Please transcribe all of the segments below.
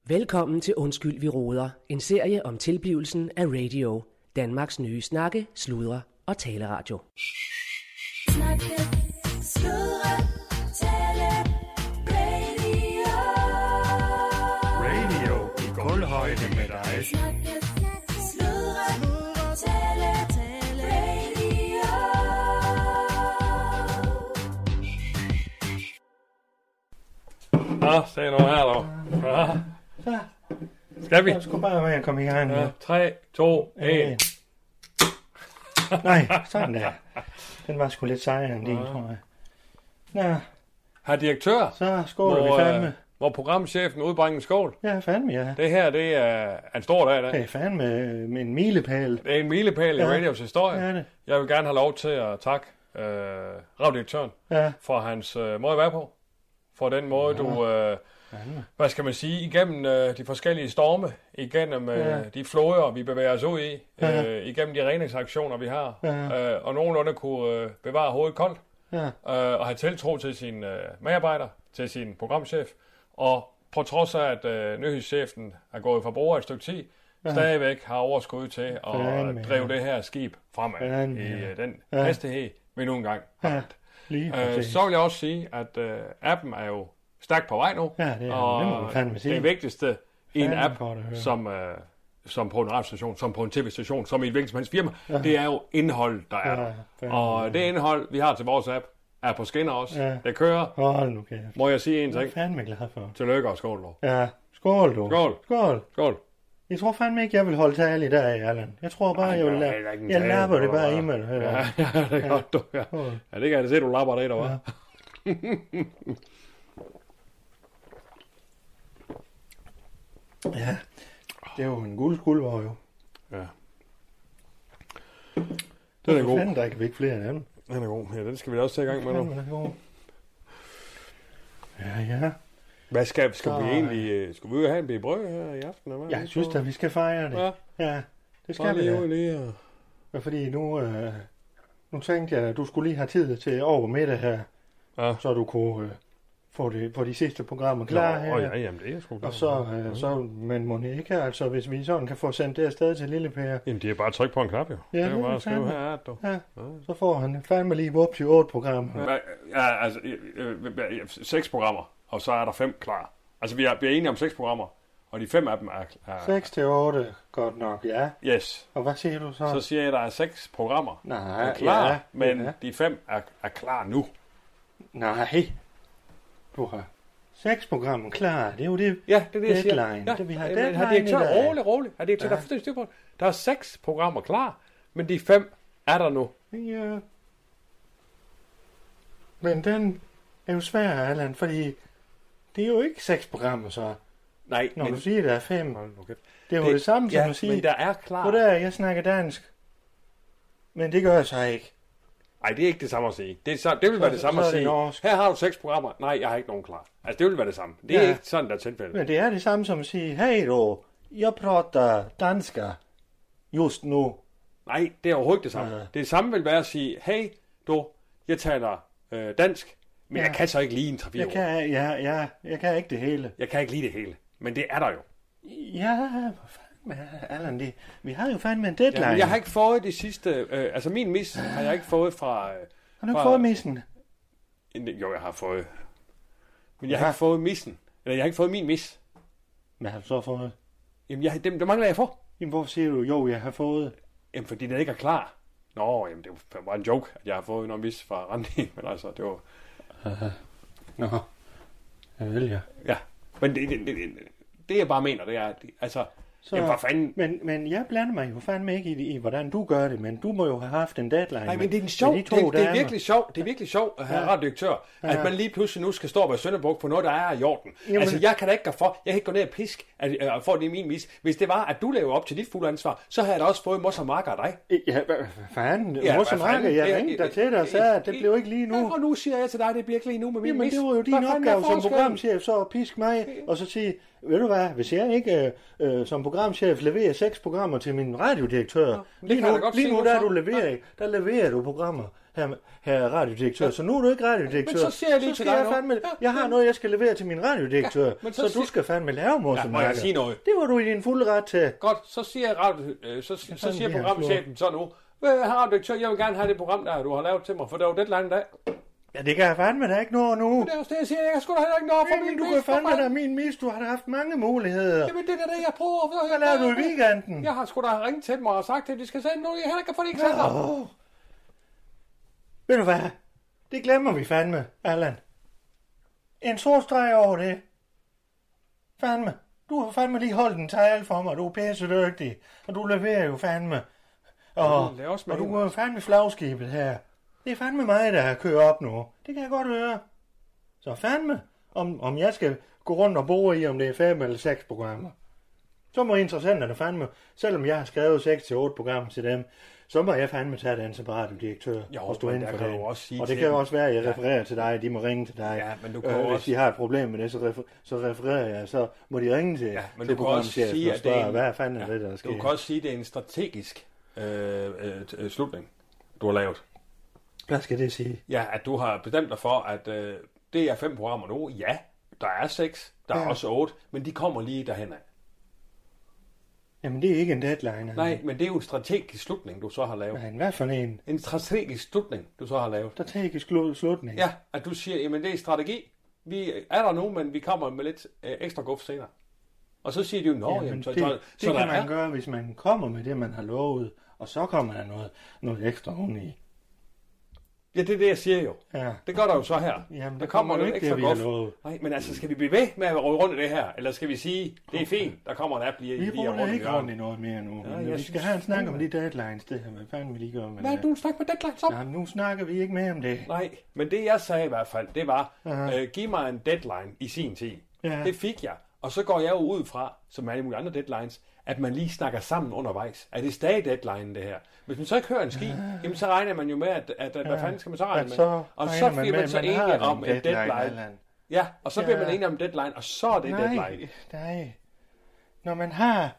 Velkommen til Undskyld, vi råder. En serie om tilblivelsen af radio. Danmarks nye snakke, sludre og taleradio. Snakke, sludre, tale, radio. Radio i gulvhøjde med dig. Snakke, sludre, tale, radio. Se nu her, dog. Så. Skal vi? Jeg skulle bare være at komme i gang. Ja, 3, 2, 1. Nej, sådan der. Den var sgu lidt sejere end din, tror jeg. Nå, Herr direktør, så skåler vi fandme. hvor programchefen udbringer en skål. Ja, fandme, ja. Det her, det er en stor dag, Det da. er fandme med en milepæl. Det er en milepæl i Ja. radios historie. Ja, det. Jeg vil gerne have lov til at takke radiodirektøren Ja, for hans måde at være på. For den måde, du, fandme. hvad skal man sige, igennem de forskellige storme, igennem de floder, vi bevæger os ud i, igennem de redningsaktioner, vi har, og nogenlunde kunne bevare hovedet koldt, Ja, og have tiltro til sin medarbejder, til sin programchef, og på trods af, at nyhedschefen er gået fra bord et stykke tid, stadigvæk har overskud til at Fandme, drive det her skib fremad Fandme, i ja. den hastighed, vi nu engang har. ja. Lige præcis. Så vil jeg også sige, at appen er jo stærkt på vej nu. Ja, det er og det må man fandme sige. det vigtigste i en Fandme app, godt at høre. som på en radiostation, som på en tv-station, som i et hvilket som helst firma, det er jo indhold, der er der. fandme, Og det indhold, vi har til vores app, er på skinner også. Ja. Det kører. Hold nu kæft. Må jeg sige en Jeg er ting? fandme glad for. Tillykke og skål, dog. Ja, skål du. Skål. Skål. Skål. Jeg tror fandme ikke, jeg vil holde tale i dag, Allan. Jeg tror bare, jeg vil der er ikke en jeg tale, lapper det du bare var- i mig. Ja, det er godt, du. Ja. Ja, det kan jeg da se, du lapper det, der var. Ja, det er jo en guldskulver jo. Ja. Den er god. Fanden, der ikke væk flere af dem. Den er god. Ja, den skal vi også tage i gang med nu. Fanden, den er god. Ja, ja. Hvad skal vi Så, egentlig... Skal vi ud og have en bid brød her i aften? Eller hvad? Jeg synes da, vi skal fejre det. Ja, Ja, det skal bare vi lige da. ud lige og... Ja, fordi nu tænkte jeg, at du skulle lige have tid til over middag her, Ja. så du kunne få de sidste programmer klar her. Ja, jamen det er sgu Og så, men Monika, altså hvis vi sådan kan få sendt det afsted til Lille Per, Jamen, det er bare at trykke på en knap, jo. Ja, det er jo det bare er at skrive fandme. her, du. ja, så får han fandme lige vups i 8 programmer. Ja, altså, 6 programmer, og så er der 5 klar. Altså, vi er enige om 6 programmer, og de 5 af dem er 6 til 8, godt nok, ja. yes. Og hvad siger du så? Så siger jeg, at der er 6 programmer Nej, klar, ja, men ja. de 5 er klar nu. Nej, du har 6 programmer klar, det er jo det. Ja, det er det, jeg siger. Deadline. Det, vi har Jamen, deadline har direktør, i dag. rolig. Har direktør, der er fuldstændig styr på det. Der er 6 programmer klar, men de 5 er der nu. Ja. Men den er jo svær, Allan, fordi det er jo ikke 6 programmer så. Nej, Når du siger, der er 5. Hold nu kæft. Det er jo det samme som ja, at sige, men der er klar. goddag, jeg snakker dansk. Men det gør jeg så ikke. Nej, det er ikke det samme at sige. Det vil være det samme så at er det sige. norsk. Her har du 6 programmer. Nej, jeg har ikke nogen klar. Altså, det vil være det samme. Det er Ja. ikke sådan, der er tilfældet. Men det er det samme som at sige, hej då, jeg prater danska just nu. Nej, det er overhovedet ikke det samme. Ja. Det samme vil være at sige, hey, jeg taler dansk, men Ja. jeg kan så ikke lige en 3-4 Jeg ord. jeg kan ikke det hele. Jeg kan ikke lide det hele. Men det er der jo. Ja, hvor fanden, Allan, vi har jo fandme en deadline. Jamen, jeg har ikke fået de sidste... altså, min mis har jeg ikke fået fra... Har du ikke fra- fået missen? Jo, jeg har fået... Men jeg har ikke fået missen. Eller jeg har ikke fået min mis. Hvad har du så fået? Jamen, dem mangler jeg for. Jamen, hvorfor siger du, jo, jeg har fået? Jamen, fordi den ikke er klar. Nå, jamen, det var bare en joke, at jeg har fået noget mis fra Randi. Men altså, det var... Nå, jeg vil jeg. Ja, men det jeg bare mener, det er... Altså, jamen, hvad fanden... Men jeg blander mig jo fandme ikke i, hvordan du gør det, men du må jo have haft en deadline. Nej, men det er en sjov, med de to det er damer. virkelig sjov, det er virkelig sjov, herre radiodirektør, at man lige pludselig nu skal stå og være sønderbuk på noget, der er i orden. Jamen, Altså, jeg kan da ikke gå for, jeg kan ikke gå ned og pisk, at få det i min mis. Hvis det var, at du lever op til dit fulde ansvar, så havde jeg da også fået mos og marker af dig. Ja, hvad fanden? Ja, Ja, hvad Mos og Marke, fanden? jeg ringede dig til dig og sagde, at det blev ikke lige nu. Ja, og nu siger jeg til dig, at det bliver ikke lige nu med min Jamen, mis. det var jo din Hvad fanden er opgave som forskellen? programchef, så at piske mig, og så sige, ved du hvad, hvis jeg ikke som programchef leverer 6 programmer til min radiodirektør, det kan jeg da godt lige se, nu hvorfor. der leverer du programmer her radiodirektør, så nu er du ikke radiodirektør. Men så siger jeg lige til dig nu. Jeg har noget, jeg skal levere til min radiodirektør, men så du skal fandme lave morsemærker. Må jeg sige noget? Det var du i din fulde ret til. Godt, så siger programchefen så nu, radiodirektør, jeg vil gerne have det program, der du har lavet til mig, for der var deadline i dag. Ja, det kan jeg fandme da ikke nå nu. Det er også det, jeg siger. Jeg skulle da heller ikke nå for min du kan fandme da min mis. Du har da haft mange muligheder. Jamen, det er det, jeg prøver. Hvad lavede du i weekenden? Jeg har sgu da ringet til dem og sagt, at de skal sende noget. Jeg heller ikke få det ikke sendt. Ved du hvad? Det glemmer vi fandme, Allan. En sort streg over det. Fandme. Du har fandme lige holdt en tale for mig. Du er pisse dygtig. Og du leverer jo fandme. Og du er jo fandme flagskibet her. Det er fandme mig, der kører op nu. Det kan jeg godt høre. Så fandme, om jeg skal gå rundt og bore i, om det er 5 eller 6 programmer. Så må interessenterne fandme, selvom jeg har skrevet 6 til 8 programmer til dem, så må jeg fandme tage den som radiodirektør og stå inden for det. Og det kan jo også være, at jeg refererer til dig, de må ringe til dig. Ja, men du kan også... Hvis de har et problem med det, så refererer jeg, så må de ringe til, til programchefen og spørge, hvad fanden er det, der sker. Du kan også sige, at det er en strategisk slutning, du har lavet. Hvad skal det sige? Ja, at du har bestemt dig for, at det er 5 programmer nu. Ja, der er 6, der er også 8, men de kommer lige derhen af. Jamen, det er ikke en deadline. Nej, men det er jo en strategisk slutning, du så har lavet. Nej, hvad for en? En strategisk slutning, du så har lavet. Strategisk slutning? Ja, at du siger, jamen det er strategi. Vi er der nu, men vi kommer med lidt ekstra guf senere. Og så siger de jo, jamen, så det kan man gøre, hvis man kommer med det, man har lovet, og så kommer der noget ekstra oveni. Ja, det er det, jeg siger jo. Ja. Det gør der jo så her. Jamen, der kommer noget ekstra guf. Nej, men altså, skal vi blive ved med at rode rundt i det her? Eller skal vi sige, det er fint, der kommer en app lige rundt i hjørnet? Vi ruller ikke rundt i noget mere nu. Ja, vi skal have en snak om de deadlines, det her. Hvad fanden vi lige gør med det? Hvad, du snakker med deadlines op? Ja, nu snakker vi ikke mere om det. Nej, men det jeg sagde i hvert fald, det var, giv mig en deadline i sin tid. Ja. Det fik jeg. Og så går jeg jo ud fra, som alle mulige andre deadlines, at man lige snakker sammen undervejs. Er det stadig deadline, det her? Hvis man så ikke hører en ski, jamen så regner man jo med, at hvad fanden skal man så regne med? Og så bliver man så enige om en deadline. Ja, og så bliver man enige om en deadline, og så er det deadline. Nej, når man har...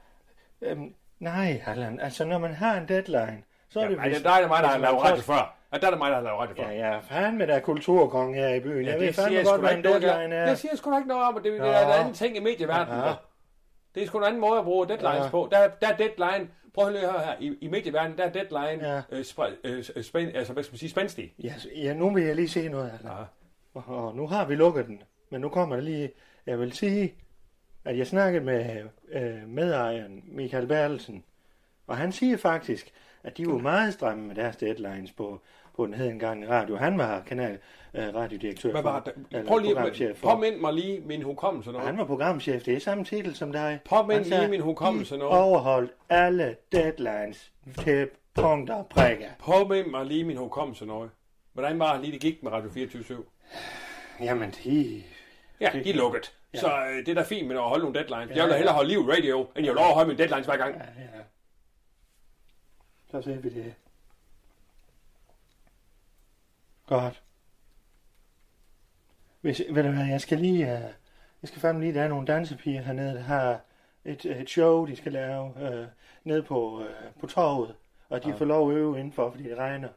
nej, Allan, altså når man har en deadline, så er det... Ja, det er dig, der har lavet ret før. Og der er det mig, der har lavet ret før. Ja, fandme, der er kulturkong her i byen. Jeg ved fandme godt, hvad en deadline er. Det siger jeg sgu da ikke noget om, og det er en anden ting i medieverdenen. Det er sgu en anden måde at bruge deadlines på. Der er deadline, prøv at høre her, i medieverdenen, der er deadline, altså hvad skal man sige, spændstig. Ja, nu vil jeg lige se noget her. Og nu har vi lukket den, men nu kommer der lige, jeg vil sige, at jeg snakkede med medejeren Michael Bertelsen, og han siger faktisk, at de var meget stramme med deres deadlines på den hedengang radio. Han var radiodirektør. Hvad var det? Prøv lige, påmind mig lige min hukommelse noget. Han var programchef, det er samme titel som dig. Påmind lige min hukommelse noget. Overholdt alle deadlines til punkt og prikker. Påmind mig lige min hukommelse noget. Hvordan var lige det gik med Radio 24/7? Jamen, de er lukket. Ja. Så det er da fint med at holde nogle deadlines. Jeg vil hellere holde liv i radio, end jeg vil overholde mine deadlines hver gang. Ja. Så ser vi det. Godt. Ved du hvad, jeg skal fandme lige, der er nogle dansepiger hernede, der har et show, de skal lave nede på torvet, og de får lov at øve indenfor, fordi det regner.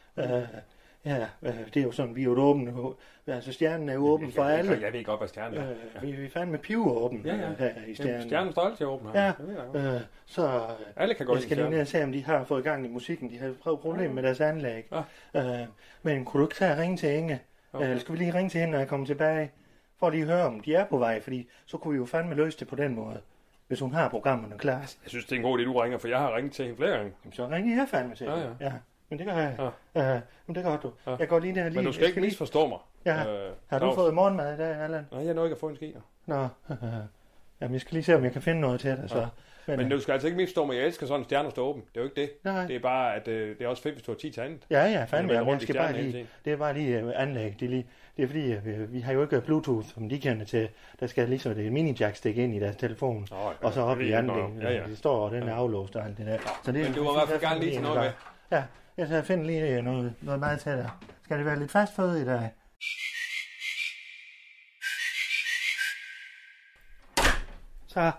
Det er jo sådan, vi er jo åbne. Altså stjernen er jo åben for alle. Jeg ved godt, hvad stjernen er. Vi er fandme piveåben her i stjernen. Stjernen står altid åben her. Ja, så alle kan gå jeg skal lige ned og se, om de har fået gang i musikken. De har prøvet problemer med deres anlæg. Men kunne du ikke tage og ringe til Inge? Eller skal vi lige ringe til hende, når jeg kommer tilbage? For at lige høre, om de er på vej, fordi så kunne vi jo fandme løse det på den måde. Hvis hun har programmerne klar. Jeg synes, det er en god idé, du ringer, for jeg har ringet til hende flere gange. Jamen, så ringer jeg fandme til hende. Ja. Men det gør jeg. Men det gør du. Jeg går lige der lige. Men du skal ikke misforstå mig. Ja. Har du fået morgenmad i dag, Allan? Nej, jeg når ikke at få en ski. Nå. Jamen, jeg skal lige se, om jeg kan finde noget til dig, så. Men du skal altså ikke misforstå mig. Jeg elsker sådan en stjerne at stå åben. Det er jo ikke det. Nej. Det er bare, at det er også fedt, hvis du har tid til andet. Ja, fandme. Jeg skal bare lige, det er bare lige anlæg. Det er fordi, vi har jo ikke Bluetooth, som de kender til. Der skal ligesom et mini-jack stikke ind i deres telefon. Og så op i anlæg. Det står, og den er aflåst og alt det der. Så det, men du var i hvert fald gerne lige til noget med. Ja, jeg finder lige noget meget til dig. Skal det være lidt fastføde i dag? Så,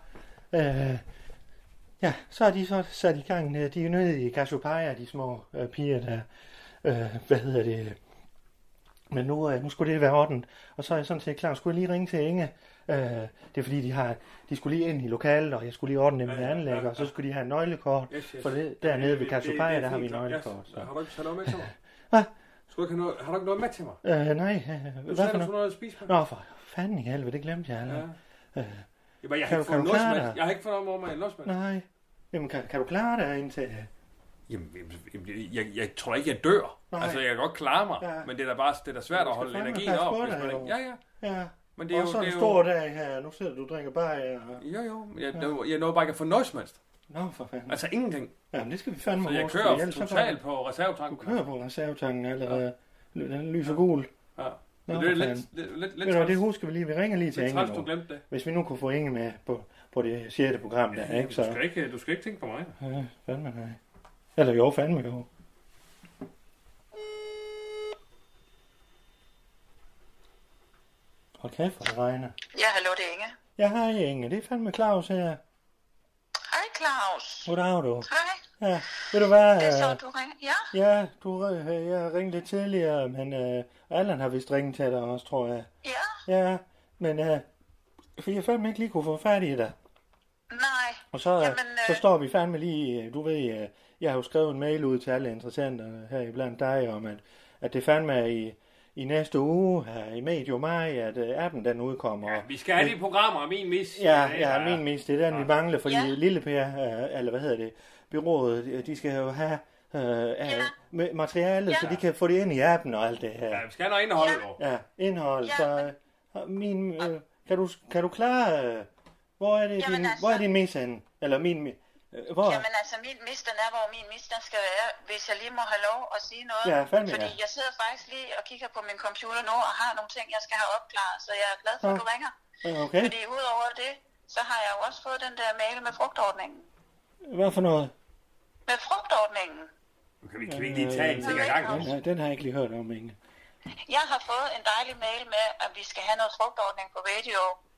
så er de så sat i gang. De er jo nede i Cassiopeia, de små piger der. Hvad hedder det? Men nu skulle det være ordentligt. Og så er jeg sådan set klar. Skulle jeg lige ringe til Inge? Det er fordi, de skulle lige ind i lokalet, og jeg skulle lige ordne det med anlæg, og så skulle de have en nøglekort. For det, dernede ved Cassiopeia, der har vi nøglekort. Så. Har du ikke noget med til mig? Hvad? Har du ikke noget med til mig? Nej. Du sagde, du noget at spise med. Nå, for fanden i helvede, det glemte jeg. Eller? Jamen, jeg har ikke fået noget. Jeg har ikke fået noget med en låsmand. Nej. Jamen, kan du klare dig indtil... Jamen, jeg tror ikke, jeg dør. Nej. Altså, jeg kan godt klare mig, men det er da svært at holde energien op. Hvis man ikke... Ja. Men det er og så en stor dag her. Nu sidder du og drikker bajer. Jo. Jeg nåede bare ikke at få noget som helst. Nå, for fanden. Altså, ingenting. Jamen, det skal vi fandme. Så jeg kører totalt på reservetanken. Du kører på reservetanken allerede. Den lyser gul. Ja. Nå, det er lidt det husker vi lige. Vi ringer lige til Inge nu. Du glemte det. Hvis vi nu kunne få Inge med på det 6. program der, ikke? Så... Du skal ikke tænke på mig. Ja, fandme nej. Eller jo, fandme jo. Hold kæft, hvor det regner. Ja, hallo, det er Inge. Ja, hej Inge. Det er fandme Claus her. Hej, Claus. Goddag, du. Hej. Ja, ved du hvad? Det er så, du ringer. Ja? Ja, jeg ringede lidt tidligere, men Allan har vist ringet til dig også, tror jeg. Ja? Ja, men fordi jeg fandme ikke lige kunne få fat i dig. Nej. Og så så står vi fandme lige, du ved, jeg har jo skrevet en mail ud til alle interessenter her iblandt dig, om at det fandme er i næste uge her i medio maj, at appen den udkommer. Ja, vi skal have de programmer, min mis. Ja, min mis, det er den, vi mangler, fordi Lille Per, eller hvad hedder det, bureauet, de skal jo have materiale, så de kan få det ind i appen og alt det her. Ja, vi skal have noget indhold, jo. Ja, indhold, så kan du klare, hvor er din mis henne? Eller min... Hvor? Jamen altså, min mis, den er, hvor min mis, den skal være, hvis jeg lige må have lov at sige noget. Ja, fandme, fordi jeg sidder faktisk lige og kigger på min computer nu, og har nogle ting, jeg skal have opklaret, så jeg er glad for, at du ringer. Okay. Fordi udover det, så har jeg jo også fået den der mail med frugtordningen. Hvad for noget? Med frugtordningen. Kan vi ikke lige tage en ting ad gangen? Den har jeg ikke lige hørt om, Inge. Jeg har fået en dejlig mail med, at vi skal have noget frugtordning på radio.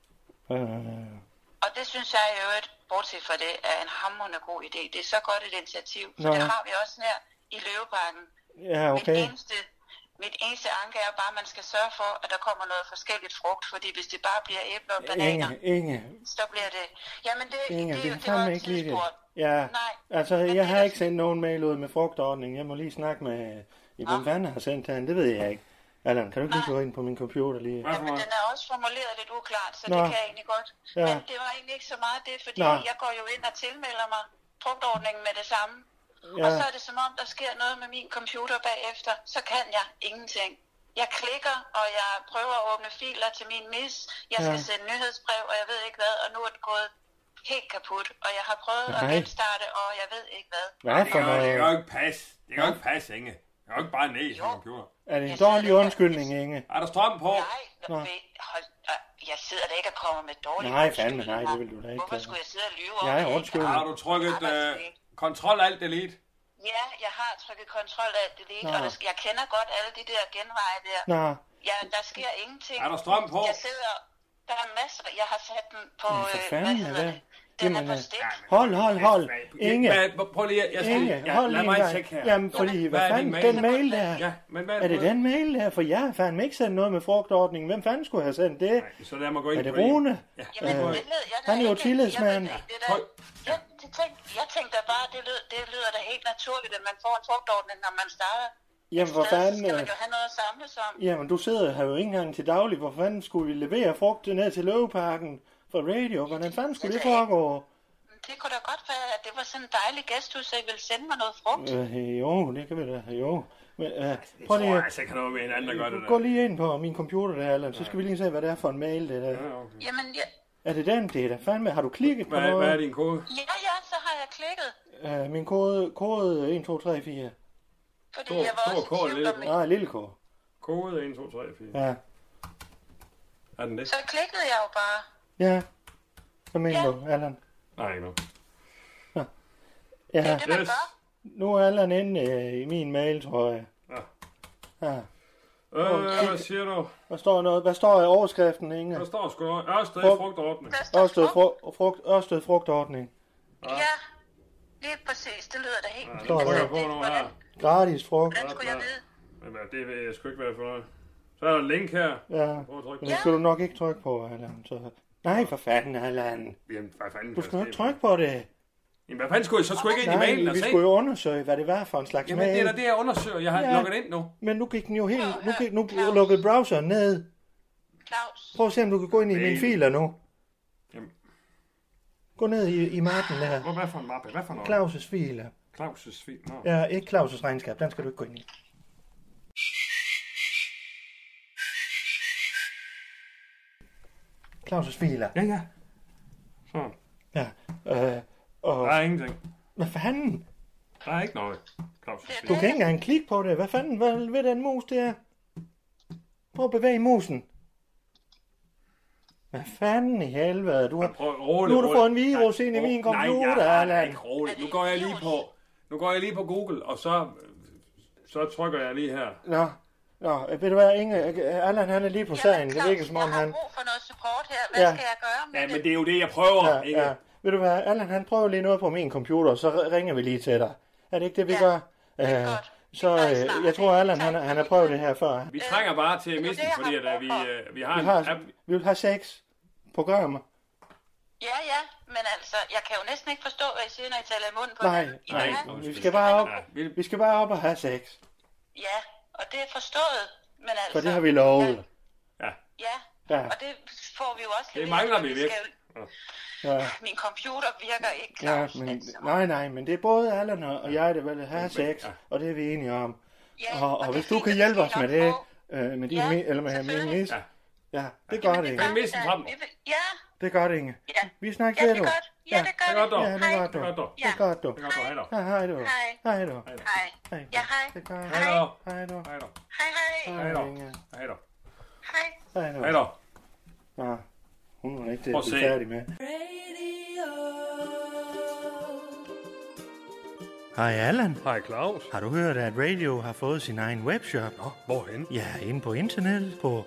Og det synes jeg jo, bortset fra det, er en hamrende god idé. Det er så godt et initiativ, for det har vi også her i Løveparken. Ja, okay. Mit eneste anke er bare, at man skal sørge for, at der kommer noget forskelligt frugt, fordi hvis det bare bliver æbler og bananer, så bliver det... Jamen det var et tidspunkt. Ja, nej, altså jeg har ikke sendt nogen mail ud med frugtordning. Jeg må lige snakke med... Hvem fanden har sendt den? Det ved jeg ikke. Allan, kan du ikke lige gå ind på min computer lige? Jamen, den er også formuleret lidt uklart, så det kan jeg egentlig godt. Ja. Men det var egentlig ikke så meget det, fordi jeg går jo ind og tilmelder mig frugtordningen med det samme. Ja. Og så er det som om, der sker noget med min computer bagefter. Så kan jeg ingenting. Jeg klikker, og jeg prøver at åbne filer til min mis. Jeg skal sende nyhedsbrev, og jeg ved ikke hvad, og nu er det gået helt kaput. Og jeg har prøvet at genstarte, og jeg ved ikke hvad. Hvad for noget? Det kan jo ikke passe. Det kan jo ikke passe, Inge. Jeg kan jo ikke bare ned i computer. Er det en dårlig undskyldning, Inge? Er der strøm på? Nej, jeg sidder da ikke og kommer med dårlige undskyldninger. Nej, det vil du da ikke. Hvorfor skulle jeg sidde og lyve om det? Undskyld. Har du trykket Ctrl Alt Delete? Ja, jeg har trykket Ctrl Alt Delete, og jeg kender godt alle de der genveje der. Ja, der sker ingenting. Er der strøm på? Jeg sidder, der er masser, jeg har sat den på, hvad hedder det? Den er på stik. Hold. Inge. Prøv lige, lad mig tjekke her. Jamen, fordi, hvad fanden, den mail der? Ja, men er det den mail der? For jeg har fandme ikke sendt noget med frugtordningen. Hvem fanden skulle have sendt det? Nej, så lad mig gå ind. Er det Rune? Ja. Han er jo tillidsmand. Jeg tænkte bare, det lyder da helt naturligt, at man får en frugtordning, når man starter. Jamen, hvor fanden... Så skal man jo have noget at samles om. Jamen, du sidder her jo ikke engang til daglig. Hvor fanden skulle vi levere frugt ned til Løveparken for radio? Hvordan fanden skulle det foregå? Det kunne da godt være, at det var sådan en dejlig gestus, at I ville sende mig noget frugt. Jo, det kan vi da. Jo. Men, prøv lige... Jeg kan noget med en anden, der gør det der. Gå lige ind på min computer der, Allan. Så skal vi lige se, hvad det er for en mail, det der. Ja, okay. Jamen, Er det den, det der? Fandme, har du klikket på noget? Hvad er din kode? Ja, så har jeg klikket. Min kode 1, 2, 3, 4. Fordi jeg var også i tvivl om... Nej, lille K. Kode 1, 2, 3, 4. Ja. Er den det? Så klikkede jeg jo bare. Ja. Hvad mener du, Allan? Nej, ikke noget. Ja. Det er det, man gør. Nu er Allan inde i min mail, tror jeg. Ja. Hvad siger du? Hvad står i overskriften, Inge? Der står sgu noget. Ørsted frugtordning. Ørsted frugtordning. Ja, lige præcis. Det lyder da helt. Trykker på nu her. Gratis frugt. Hvordan skulle jeg vide? Men det vil jeg sgu ikke være for noget. Så er der et link her. Ja, men det skal du nok ikke trykke på, Allan. Så... Nej, for fanden, Allan. Jamen, hvad fanden? Du skal nok trykke på det. Jamen, hvad fanden skulle jeg? Så skulle jeg ikke ind i mailen og vi se? skulle jo undersøge, hvad det var for en slags Jamen, mail. det er da det, jeg undersøger. Jeg har lukket ind nu. Men nu gik den jo helt... Nu lukkede browseren ned. Claus. Prøv at se, om du kan gå ind i mine filer nu. Jamen. Gå ned i mappen der. Hvad for en mappe? Hvad for noget? Claus' filer. Claus' fil. Nå. Ja, ikke Claus' regnskab. Den skal du ikke gå ind i. Claus' filer. Ja. Så. Ja. Og... Der er ingenting. Hvad fanden? Der er ikke noget. Claus' fil. Du kan ikke engang klikke på det. Hvad fanden ved den mus det er? Prøv at bevæge musen. Hvad fanden i helvede? Du har... Nu har du fået en virus ind i min computer, Allan. Ikke roligt. Nu går jeg lige på Google, og så trykker jeg lige her. Nå, ved du hvad, Allan han er lige på sagen. Det virker som om han... Jeg har brug for noget support her. Hvad skal jeg gøre med det? Men det er jo det, jeg prøver, ikke? Ja. Ved du hvad, Allan han prøver lige noget på min computer, så ringer vi lige til dig. Er det ikke det, vi gør? Så jeg tror, Allan han har prøvet det her før. Vi trænger bare til missen, fordi at vi har en app. Vi vil have 6 programmer. Ja, men altså, jeg kan jo næsten ikke forstå, hvad I siger, når I taler i munden på Nej, vi skal bare op og have 6. Ja, og det er forstået, men altså... For det har vi lovet. Ja, og det får vi jo også... Det mangler vi virkelig. Ja. Min computer virker ikke, Claus. Ja, men, nej, men det er både Allan og jeg, der vil have 6, og det er vi enige om. Ja, og hvis du kan hjælpe os med det, med din eller med min mis, det gør det, Inge. Det gør det, Inge. Vi snakker til, du. Ja, det gør det. Ja, det gør du. Det gør du. Hej du. Hej du. Hej. Ja, hej. Det gør Hej. Hej du. Hej. Hej då. Hej då. Ja, hun var ikke det, vi er færdig med. Hej Allan. Hej Claus. Har du hørt, at Radio har fået sin egen webshop? Nå, hvorhen? Ja, inde på internet på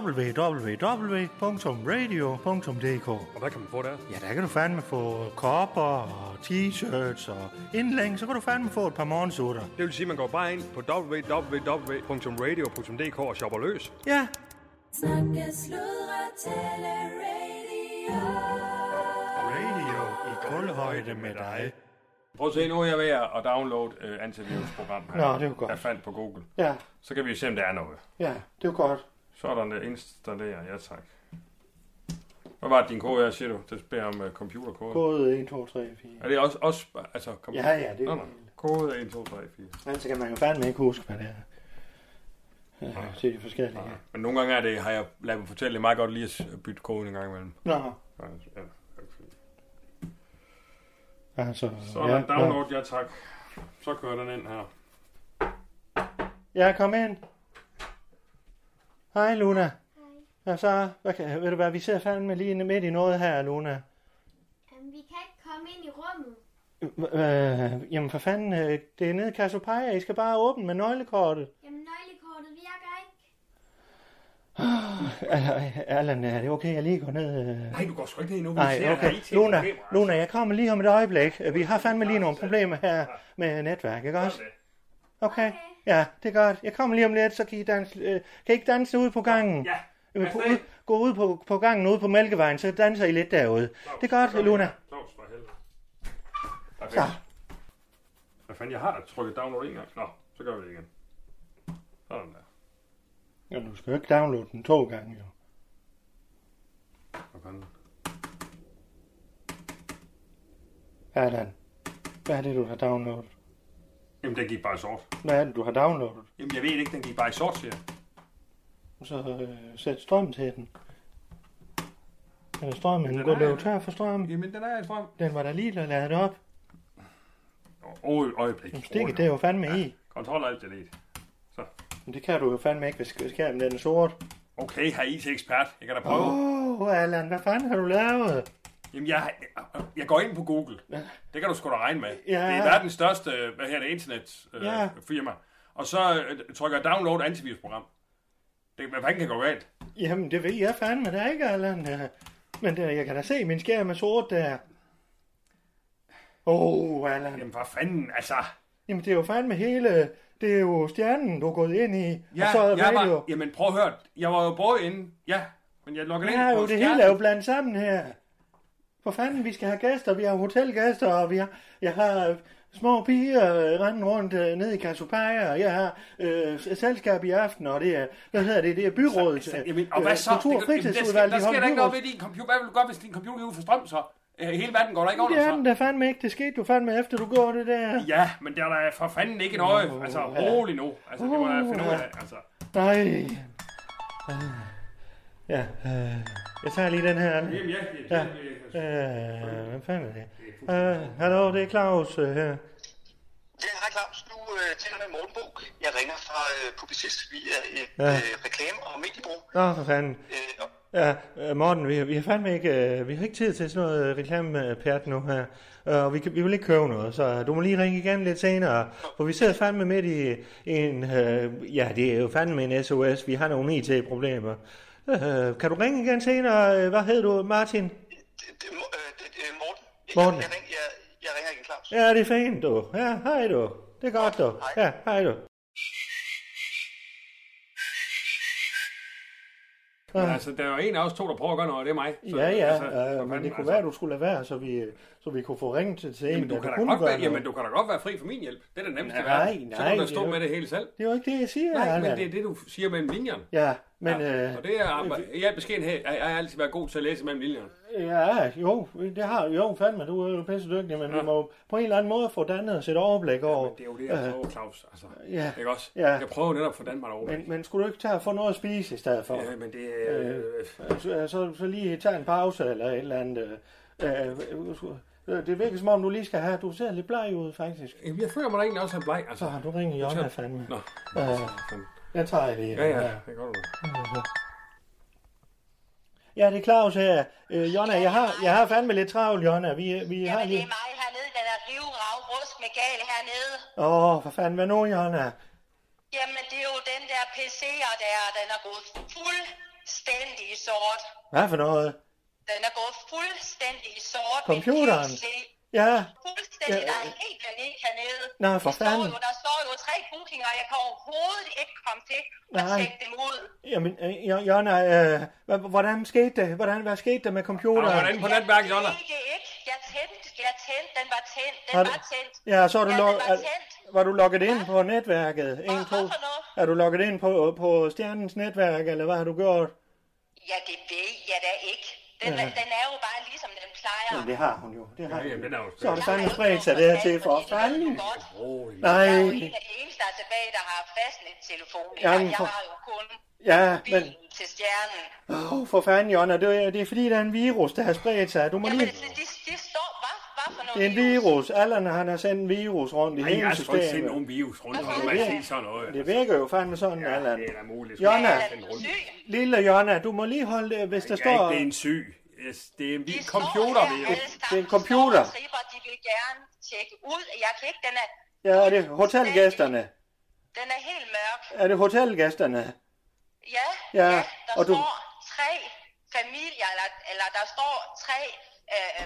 www.radio.dk. Og hvad kan man få der? Ja, der kan du fandme få kopper og t-shirts og indlæng, så kan du fandme få et par morgensutter. Det vil sige, at man går bare ind på www.radio.dk og shopper løs. Ja. Snakke, sludre, tale, radio. Radio i kulhøjde med dig. Prøv at se, nu er jeg ved at downloade antivirusprogram her. Nå, det er jo godt. Jeg fandt på Google. Ja. Så kan vi se, om der er noget. Ja, det er jo godt. Sådan der installerer, ja tak. Hvad var det din kode her, siger du? Det beder om computerkode. Kode 1, 2, 3, 4. Er det også altså computer? Ja, det er kode 1, 2, 3, 4. Altså kan man jo fandme ikke huske, hvad det er. Til de forskellige. Ja. Men nogle gange er det, har jeg ladet mig fortælle, det er meget godt lige at bytte koden en gang imellem. Nå. Ja. Altså, sådan, download, ja tak. Så kører den ind her. Ja, kom ind. Hej, Luna. Hej. Ja, så, ved du hvad, vi sidder fandme lige midt i noget her, Luna. Vi kan ikke komme ind i rummet. Jamen for fanden, det er nede i Cassiopeia. I skal bare åbne med nøglekortet. Jamen, nøglekortet virker ikke. Allan, er det okay, jeg lige går ned? Nej, du går sgu ikke ned endnu. Nej, okay. Luna, jeg kommer lige om et øjeblik. Vi har fandme lige nogle problemer her med netværk, ikke også? Okay. Ja, det er godt. Jeg kommer lige om lidt, så kan I danse. Kan I ikke danse ude på gangen? Ja. Gå ud på gangen ude på Mælkevejen, så danser I lidt derude. Det er godt, Luna. Så. Hvad fanden, jeg har da trykket download en gang. Nå, så gør vi det igen. Sådan der. Ja, du skal jo ikke downloade den 2 gange, jo. Hvad fanden? Allan, hvad er det, du har downloadet? Jamen, den gik bare i sort. Hvad er det, du har downloadet? Jamen, jeg ved ikke, den gik bare i sort, siger jeg. Så sæt strøm til den. Den er strømmen, den går løbe tør for strøm. Jamen, den er i strøm. Den var der lige ladet op. Øjeblik. Stikket, det er jo fandme i. Kontrol alt delete. Så. Men det kan du jo fandme ikke, hvis skærmen den er sort. Okay, her IT-ekspert. Jeg kan da prøve. Allan, hvad fanden har du lavet? Jamen, jeg går ind på Google. Det kan du sgu da regne med. Ja. Det er verdens største, internetfirma. Og så trykker jeg download antivirusprogram. Hvad fanden kan gå galt? Jamen, det ved jeg fandme, der ikke, Allan. Men jeg kan da se, min skærm er sort der. Allan. Jamen, hvad fanden, altså. Jamen, det er jo fandme hele... Det er jo stjernen, du er gået ind i. Ja, og så er jeg radio. var... Jamen, prøv at høre. Jeg var jo både inde... Ja, men jeg logger ind Ja, på jo, det stjernen. hele er jo blandt sammen her. For fanden, vi skal have gæster. Vi har hotelgæster, og jeg har små piger rende rundt ned i Cassiopeia, og jeg har selskab i aften, og det er, det er byrådet. Og hvad så? Kultur- og fritidsudvalg. Der sker der ikke noget ved din computer. Hvad vil du gøre, hvis din computer er ude for strøm, så? Hele verden går der ikke under, Det så? er den der fandme ikke. Det skete jo fandme efter, du gjorde det der. Ja, men der er da for fanden ikke noget. Altså, rolig nu. Altså, det må jeg finde ud af. Altså. Nej. Ja, jeg tager lige den her. Hvad fanden er det? Hallo, det er Claus her. Ja, hej Claus. Du taler med Morten Bog. Jeg ringer fra Publicist. Vi er et reklame- og mediebureau. Nå, for fanden. Ja, Morten, vi har fandme ikke, vi har ikke tid til sådan noget reklamepært nu her. Og vi vil ikke købe noget, så du må lige ringe igen lidt senere. For vi sidder fandme midt i en, ja, det er jo fandme en SOS. Vi har nogle IT-problemer. Kan du ringe igen senere? Hvad hedder du, Martin? Morten. Morten. Jeg ringer igen, Claus. Ja, det er fint, du. Ja, hej du. Det er godt, du. Ja, hej du. Men altså, der er jo en af os to, der prøver at gøre noget, og det er mig. Så, Ja, altså, men det kunne være, at du skulle lade være, så vi kunne få ringet til en, du kan da godt være fri for min hjælp. Det er det nemmeste i verden. Så kan du da stå med det hele selv. Det er jo ikke det, jeg siger. Nej, men det er det, du siger mellem linjerne. Ja, men... og det er, jeg er beskeden her. Jeg har altid været god til at læse mellem linjerne. Ja, det har jo fandme, du er jo pisse dygtig, men vi må på en eller anden måde få dannet os et overblik over... Men det er jo det, jeg prøver, Claus. Altså, ikke også? Ja. Jeg prøver netop at få Danmark overblik. Men skulle du ikke tage og få noget at spise i stedet for? Ja, men det så lige tage en pause eller et eller andet... det virker som om, du lige skal have... Du ser lidt bleg ud, faktisk. Jamen, jeg føler mig da egentlig også lidt bleg. Altså. Så har du ringet Jonna, fandme. Nå. Jeg tager det lige. Ja, det gør du. Ja, det er Claus her. Jonna, jeg har fandme lidt travlt, Jonna. Vi har lige... det er mig hernede, den er rivrav, rusk med gal hernede. For fanden, hvad nu, Jonna? Jamen, det er jo den der PC'er der, den er gået fuldstændig i sort. Hvad for noget? Den er gået fuldstændig i sort. Computeren? Ja. Fuldstændig, der er helt panik hernede. Nå, for fanden. Der står jo 3 bookinger, og jeg kan overhovedet ikke komme til at tjekke dem ud. Jamen, Jonna, hvordan skete det? Hvad skete der med computeren? Hvordan på netværket, Jonna? Jeg tændte, den var tændt. Ja, så var du logget ind på netværket? Er du logget ind på Stjernens netværk, eller hvad har du gjort? Ja, det ved jeg da ikke. Den er jo bare ligesom den plejer. Jamen, det har hun jo. Det har jamen, den er jo så har det fandme spredt sig det her til for fanden. Nej. Nej. Jeg er jo en af de eneste, der er tilbage, der har fastnettelefon. Jeg har jo kun bilen til Stjernen. For fanden, Jonna. Det er fordi, der er en virus, der har spredt sig. Du må lige... Det står hvad for noget. Det er en virus. Allan, han har sendt en virus rundt i hele systemet. Jeg har ikke sendt nogen virus rundt. Det virker jo fandme sådan, Allan. Det er da muligt. Jonna, lille Jonna, du må lige holde det, hvis der står... Det er en syg. Det er en computervirus. Det er en computer. De vil gerne tjekke ud. Jeg kan ikke, den er... Ja, er det hotelgæsterne? Den er helt mørk. Er det hotelgæsterne? Ja. Der står 3 familier, eller der står 3,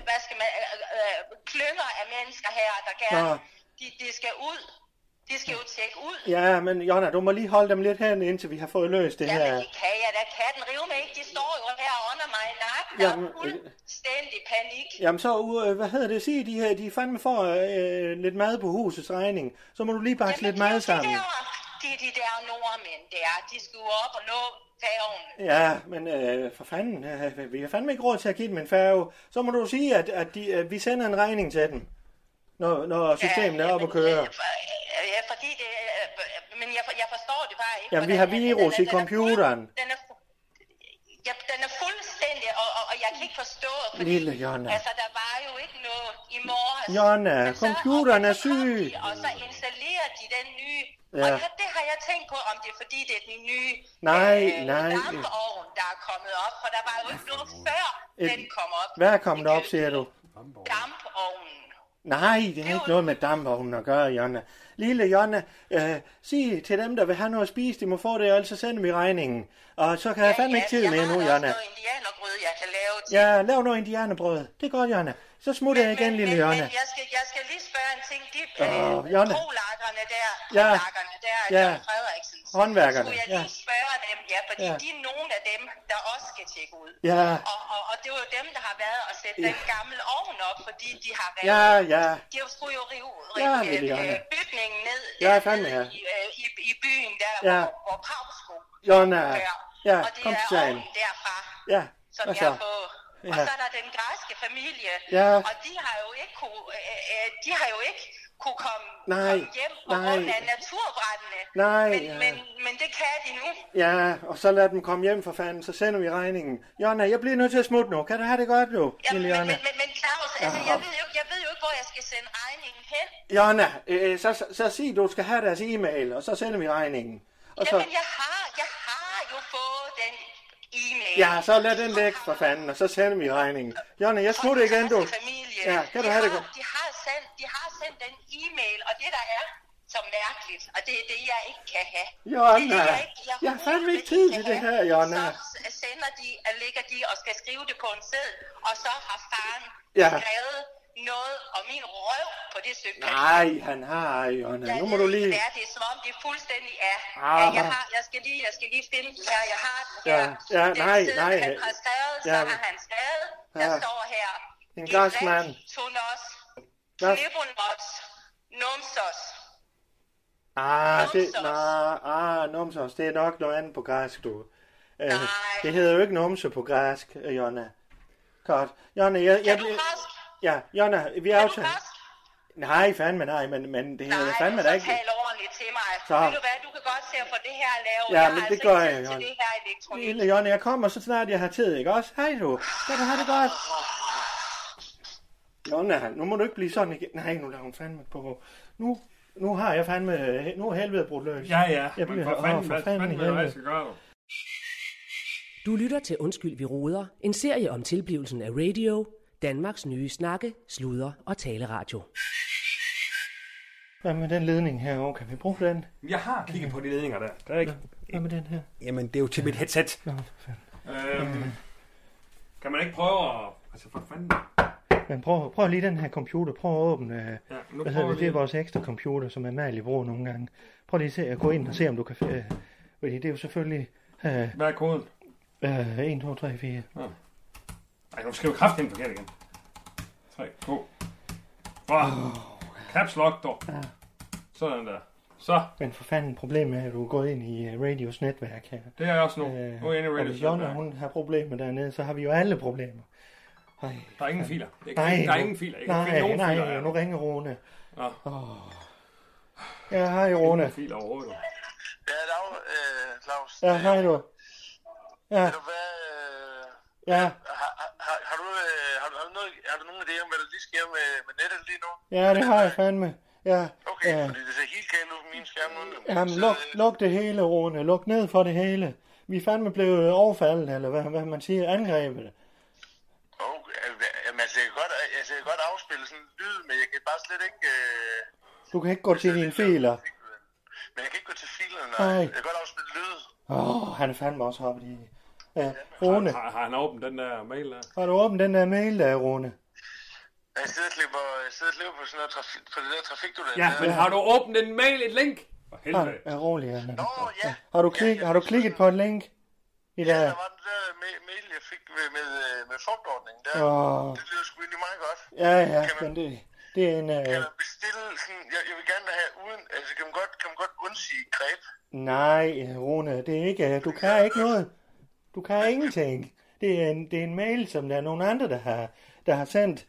klynger af mennesker her, der gerne... De skal ud. De skal jo tjekke ud. Ja, men Jonna, du må lige holde dem lidt hen, indtil vi har fået løst det her. Jamen, det kan jeg da. Katten rive mig ikke. De står jo her under mig i nakken. Der er fuldstændig panik. Jamen så, sig de her, de fandme får lidt mad på husets regning. Så må du lige bakke lidt mad sammen. Det er de der nordmænd der. De skal jo op og nå færgen. Ja, men for fanden, vi har fandme ikke råd til at give dem en færge. Så må du sige, at vi sender en regning til dem, når systemet er oppe at køre. Ja, fordi det... Men jeg forstår det bare ikke. Jamen, vi har virus i computeren. Den er fuldstændig, og jeg kan ikke forstå, fordi... Lille Jonna. Altså, der var jo ikke noget i morges. Jonna, computeren er syg. Og så installerer de den nye... Ja. Og det har jeg tænkt på, om det er fordi, det er den nye dampovn, der er kommet op. For der var jo ikke noget før, den kom op. Hvad er kommet op, siger du? Dampovnen. Nej, det har ikke noget med dampovnen at gøre, Jonna. Lille Jonna, sig til dem, der vil have noget at spise, de må få det, og ellers sender vi regningen. Og så kan jeg fandme ikke tid med nu, Jonna. Jeg har noget indianerbrød, jeg kan lave til. Ja, lav noget indianerbrød. Det er godt, Jonna. Så smutter jeg igen, lille Jonna. Men jeg skal lige spørge en ting. De trolakkerne der, Jørgen Frederiksens. Håndværkerne. Skulle jeg lige spørge dem, fordi de er nogle af dem, der også skal tjekke ud. Ja. Og det var jo dem, der har været og sætte den gamle ovn op, fordi de har revet. De skulle jo rive bygningen ned i byen, der hvor Pavsko. Jonna. Ja, og det er ovnen derfra, som jeg har fået. Og så er der den græske familie, og de har jo ikke kunne komme hjem på grund af naturbrændene. Men det kan de nu. Ja, og så lad dem komme hjem for fanden, så sender vi regningen. Jonna, jeg bliver nødt til at smutte nu. Kan du have det godt nu, lille Jonna? Men Claus, altså, jeg ved jo ikke, hvor jeg skal sende regningen hen. Jonna, så sig, du skal have deres e-mail, og så sender vi regningen. Og jamen, jeg har jo fået den e-mail. Ja, så lad den lægge for fanden, og så sender vi regningen. Jonna, jeg smutter igen, du. Ja, kan du have det godt? De har sendt den e-mail, og det der er så mærkeligt, og det er det, jeg ikke kan have. Jonna, jeg har fandme ikke tid til det her, Jonna. Så ligger de og skal skrive det på en seddel, og så har faren skrevet noget om min røv på det stykke. Nej, han har, Jonna. Nu må du lige... Det er som om det fuldstændig er. Jeg skal lige finde den her. Jeg har den her. Nej. Han har skrevet, så har han skrevet. Der står her. En græsmand. Tonos. Knibonos. Numsos. Numsos. Det er nok noget andet på græsk, du. Det hedder jo ikke numse på græsk, Jonna. Godt. Jonna, Kan du græsk? Ja, Jonna, vi er aftalt. Nej, fandme nej, men det hedder fandme da ikke. Nej, så tal ordentligt til mig. Så. Ved du hvad, du kan godt se at få det her lavet. Ja, men det gør jeg, Jonna. Til det her elektronik. Lille Jonna, jeg kommer så snart jeg har tid, ikke også? Hej du. Kan du have det godt? Jonna, nu må du ikke blive sådan igen. Nej, nu lader hun fandme på. Nu har jeg fandme... Nu er helvede brudt løs. Ja, jeg men for fanden hvad jeg skal gøre. Du lytter til Undskyld, vi roder. En serie om tilblivelsen af radio. Danmarks nye snakke, sludre og taleradio. Hvad med den ledning herovre? Kan vi bruge den? Jeg har kigget på de ledninger der. Der er ikke... Hvad med den her? Jamen, det er jo til mit headset. Kan man ikke prøve at... Altså, for fanden... Men prøv lige den her computer. Prøv at åbne... det er vores ekstra computer, som Amalie bruger nogle gange. Prøv lige at gå ind og se, om du kan... det er jo selvfølgelig... Hvad er koden? 1, 2, 3, 4. Ej, nu skriver kraftigt forkert igen. 3, 2. Caps lock, dog. Ja. Sådan der. Så. Men for fanden, problemet er, at du er gået ind i Radios netværk her. Det er jeg også nu. Nu er jeg inde i Radios netværk. Hvis Jonna, hun har problemer dernede, så har vi jo alle problemer. Der er ingen filer. Der er ingen filer. Jeg kan finde nogen filer. Nu ringer Rune. Ja, hej Rune. Ingen filer overhovedet. Ja, dag, Claus. Ja, hej du. Ja. Ved du hvad? Ja. Har du nogen idé om, hvad der lige sker med nettet lige nu? Ja, det har jeg fandme. Ja. Okay, fordi det ser helt galt ud på min skærm nu. Jamen, luk det hele, Rune. Luk ned for det hele. Vi er fandme blevet overfaldet, eller hvad man siger, angrebet. Jamen, jeg kan godt afspille sådan en lyd, men jeg kan bare slet ikke... Du kan ikke gå til dine filer. Men jeg kan ikke gå til filerne, nej. Jeg kan godt afspille lyd. Han er fandme også hoppet i... Rune. Har han åbnet den der mail der? Har du åbnet den der mail der, Rune? Jeg sidder og klipper på sådan noget på det der trafik, du der. Ja, men har du åbnet en mail, et link? For helvede. Rolig, ja. Ja. Har du klikket på et link? Ja, der var den der mail, jeg fik med frugtordningen der. Det lyder sgu egentlig meget godt. Ja, men det er en... Kan man bestille sådan... Jeg vil gerne have uden... Altså, kan man godt undsige greb? Nej, Rune, det er ikke... Du kan ikke noget. Du kan ingenting. Det er en mail, som der er nogle andre, der har sendt...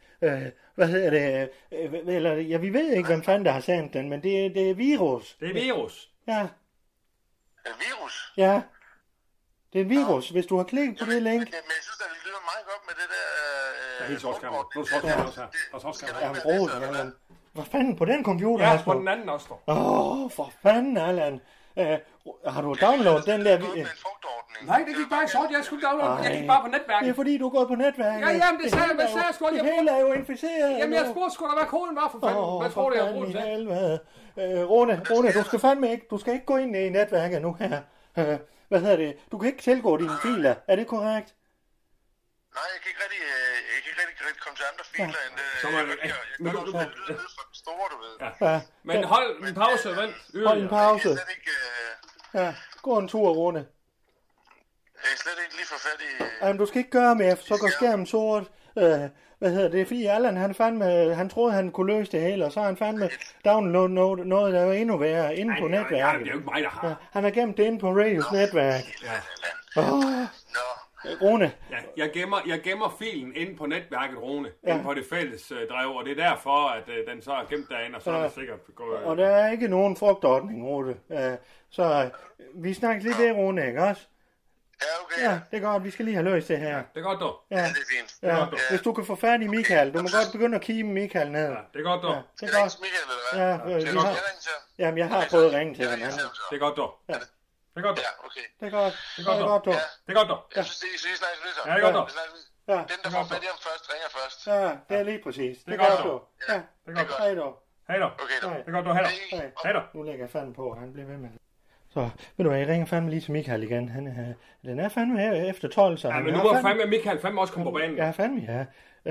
vi ved ikke, hvem fanden der har sendt den, men det er virus. Det er virus? Ja. Virus? Ja. Det er et virus, hvis du har klikket på det link. Men jeg synes, det lyder meget godt med det der... Det er helt sortskærmet. Nu er det sortskærmet Ja, men brug det, Allan. Hvad fanden på den computer? Ja, på den anden også, dog. For fanden, Allan. Har du downloadet den der... Nej, det gik bare i sort. Jeg skulle downloade. Jeg gik bare på netværket. Det er fordi, du er gået på netværket. Ja, jamen, det sagde jeg sgu. Det hele er jo inficeret. Jamen, jeg spurgte sgu da, hvad koden var for fanden. Hvad tror du, jeg brugte til? Rune, du skal fandme ikke... Du skal ikke gå ind i netværket nu her. Du kan ikke tilgå dine filer. Er det korrekt? Nej, jeg kan ikke rigtig komme til andre filer end... Så må det... Jeg kan også lide lyd fra den store, du ved. Ja. Men hold en pause, vent. Hold en pause. Jeg er slet ikke... Ja, gå en tur, Rune. Jeg er slet ikke lige for fat i... Jamen, du skal ikke gøre mere, så går skærmen sort. Hvad hedder det? Fordi Allan, han troede, han kunne løse det hele, og så har han fandme downloadet noget, der var endnu værre inde på netværket. Nej, det er jo ikke mig, der har. Ja, han har gemt det inde på Radios netværk. Ja. Rune. Ja, jeg gemmer filen inde på netværket, Rune. Inde på det fælles drev, og det er derfor, at den så er gemt derinde, og så er det sikkert gået... Og der er ikke nogen frugtordning, Rune. Så vi snakker lige det, Rune, ikke også? Ja, okay. Ja, det er godt. Vi skal lige have løst det her. Det er godt, dog. Ja, det er fint. Ja. Hvis du kan få fat i Michael, du må godt begynde at kime Michael ned. Ja, det er godt, dog. Ja, det er Skal godt. Michael, eller hvad? Ja, Skal jeg ringe til ham? Jamen, jeg har prøvet at ringe til ham. Jeg ringer til ham, så. Det er godt, dog. Ja. Det er godt, dog. Ja, okay. Det er godt. Det er godt, dog. dog. Det er godt, dog. Jeg synes, det er snakkes lidt så. Ja, det er godt, dog. Ja. Den, der får fat i ham først, ringer først. Ja, det er lige præcis. Det er godt, dog. Ja, Det er godt, dog. hej dog. Hej, dog. Okay, dog. Det er godt, dog. Hej, dog. Hej, dog. Nu lægger jeg fanden på, han bliver ved med det. Så, ved du hvad, jeg ringer fandme lige til Michael igen. Den er fandme her efter 12, så... Ja, men nu var fandme Michael fandme også komme på banen. Ja, fandme, ja.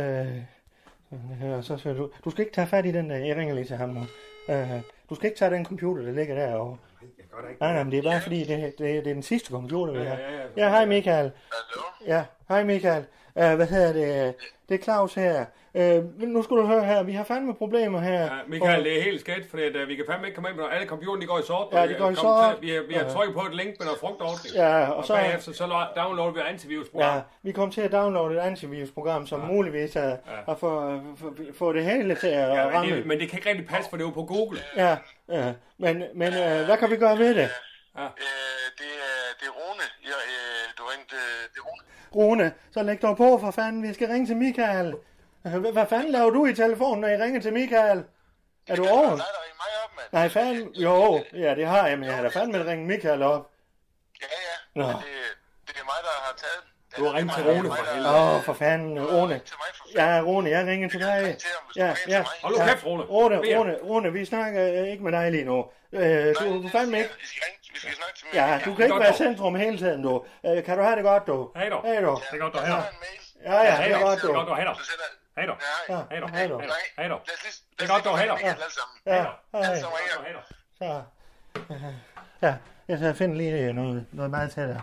Så du skal ikke tage fat i den der, jeg ringer lige til ham nu. Du skal ikke tage den computer, der ligger derovre. Nej, men det er bare fordi, det er den sidste computer, vi har. Ja, hej Michael. Hallo? Ja, hej Michael. Hvad hedder det? Det er Claus her. Nu skal du høre her, vi har fandme problemer her. Ja, Michael, det er helt skidt, fordi vi kan fandme ikke komme ind på alle computerne, de går i sort. Ja, de går i sort. Vi har trykket på et link med noget frugtordning. Ja, og så bagefter så downloader vi antivirusprogram. Ja, vi kommer til at downloade et antivirusprogram, som muligvis har få det hele til at ramme. Men det kan ikke rigtig passe, for det er jo på Google. Ja, men hvad kan vi gøre ved det? Ja. Det er Rune. Du ringte... Det er Rune. Rune, så læg dig på for fanden, vi skal ringe til Michael. Hvad fanden laver du i telefonen, når I ringer til Michael? Er du over? Nej, der ringer mig op, mand. Nej, fanden, jo, ja, det har jeg, men jeg har da fandme ringe Michael op. Ja. Men det er mig, der har taget den. Du har ringet til Rune for helvede. For fanden, Rune. Ja, Rune, jeg ringer til dig. Ja. Hold nu kæft, Rune. Rune, vi snakker ikke med dig lige nu. Du fandme ikke... Vi skal snakke til mig. Ja, du kan ikke være centrum hele tiden, du. Kan du have det godt, du? Hej dog. Hej dog. Det er godt, du. Hej dog. Ja, det er godt, du. Det er godt, du. Hej dog. Hej dog. Hej dog. Hej dog. Hej dog. Det er godt, du. Hej dog. Ja, Alle sammen ringer. Hej dog. så... Ja, jeg finder lige noget meget tættere.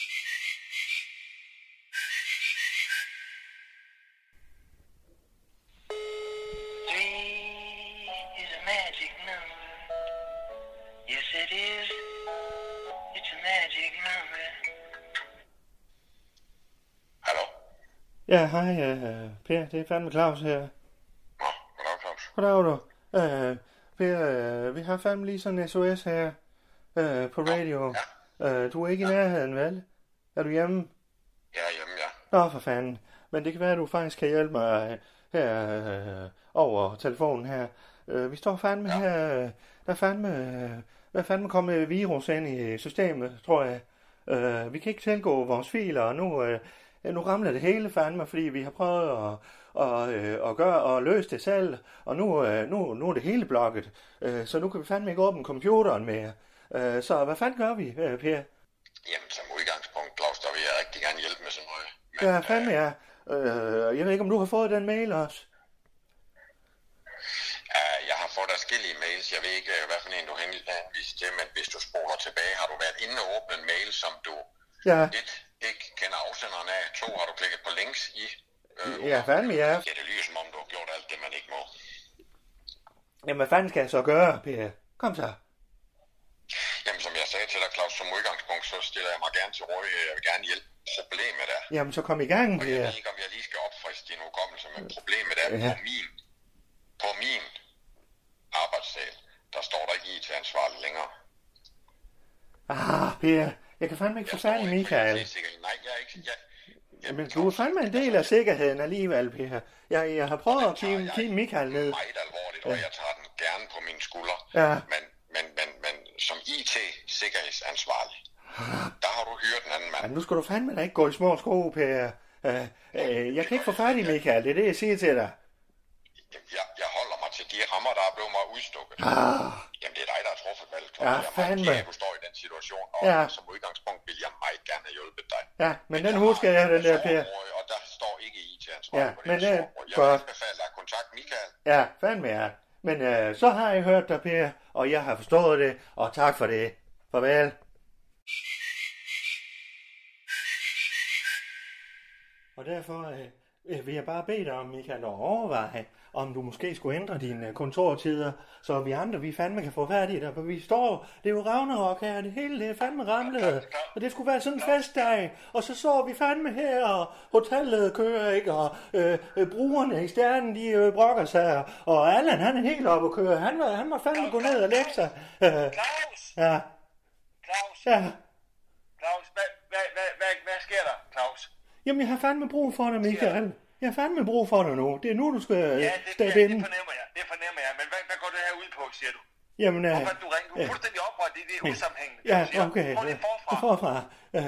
Ja, hej, Per, det er fandme Claus her. Nå, goddag, Claus. Goddag, du. Per, vi har fandme lige sådan en SOS her på radio. Ja. Du er ikke i nærheden, vel? Er du hjemme? Jeg er hjemme, ja. Nå, for fanden. Men det kan være, at du faktisk kan hjælpe mig her over telefonen her. Vi står fandme her. Der er fandme kommet virus ind i systemet, tror jeg. Vi kan ikke tilgå vores filer, og nu ramler det hele fandme, fordi vi har prøvet at gøre og løse det selv, og nu er det hele blokket. Så nu kan vi fandme ikke åbne computeren mere. Så hvad fanden gør vi, Per? Jamen, som udgangspunkt, Claus, der vil jeg rigtig gerne hjælpe med sådan noget. Men, Ja, fandme ja. Jeg ved ikke, om du har fået den mail også? Jeg har fået forskellige mails. Jeg ved ikke, hvad for en du henviser til, men hvis du spoler tilbage, har du været inde og åbnet en mail, som du ikke kender afsenderen af. 2, har du klikket på links i. Ja, fandme ja. Ja, det lyder som om, du har gjort alt det, man ikke må. Jamen, hvad fanden skal jeg så gøre, Per? Kom så. Jamen, som jeg sagde til dig, Claus, som udgangspunkt, så stiller jeg mig gerne til rådighed. Jeg vil gerne hjælpe. Problemet er. Jamen, så kom i gang, Per. Jeg ved ikke, om jeg lige skal opfriske din hukommelse, men problemet er, på min arbejdssal, der står der ikke IT-ansvarlig længere. Per, jeg kan fandme ikke få fat i Michael. Nej, jeg er ikke... Men du er fandme en del af sikkerheden alligevel, Per. Jeg har prøvet at kigge Michael ned. Det er meget alvorligt, og jeg tager den gerne på mine skuldre. Ja. Men som IT-sikkerhedsansvarlig, der har du hørt den anden mand. Ja, nu skal du fandme da ikke gå i små sko, Per. Jeg kan ikke få fat i Michael, det er det, jeg siger til dig. Jeg holder mig til de rammer, der er blevet mig udstukket. Jamen, det er dig, der har truffet valget. Ja, fandme. Du står i den situation, og som udgangspunkt vil jeg meget gerne have hjulpet dig. Ja, men den husker jeg, den der, Per. Og der står ikke IT-ansvar. Ja, men jeg vil anbefale dig kontakt Michael. Ja, fandme ja. Men så har jeg hørt dig, Per, og jeg har forstået det, og tak for det. Farvel. Og derfor vil jeg bare bede dig om, Michael, at overveje, om du måske skulle ændre dine kontortider, så vi andre, vi fandme kan få færdigt der. For vi står, det er jo Ragnarok her, det hele det er fandme ramlet. Og det skulle være sådan en festdag. Og så vi fandme her, og hotellet kører, ikke? Og brugerne i Stjernen, de brokker sig. Og Allan, han er helt oppe at køre. Han må fandme gå ned og lægge sig. Claus! Ja. Claus! Ja. Claus, hvad sker der, Claus? Jamen, jeg har fandme brug for dig, Michael. Jeg har fandme brug for dig nu. Det er nu, du skal steppe ind. Det fornemmer jeg. Men hvad går det her ud på, siger du? Jamen, hvorfor du ringer? Du er fuldstændig oprørt. Det er usammenhængende. Ja, okay. Prøv lige forfra. Forfra.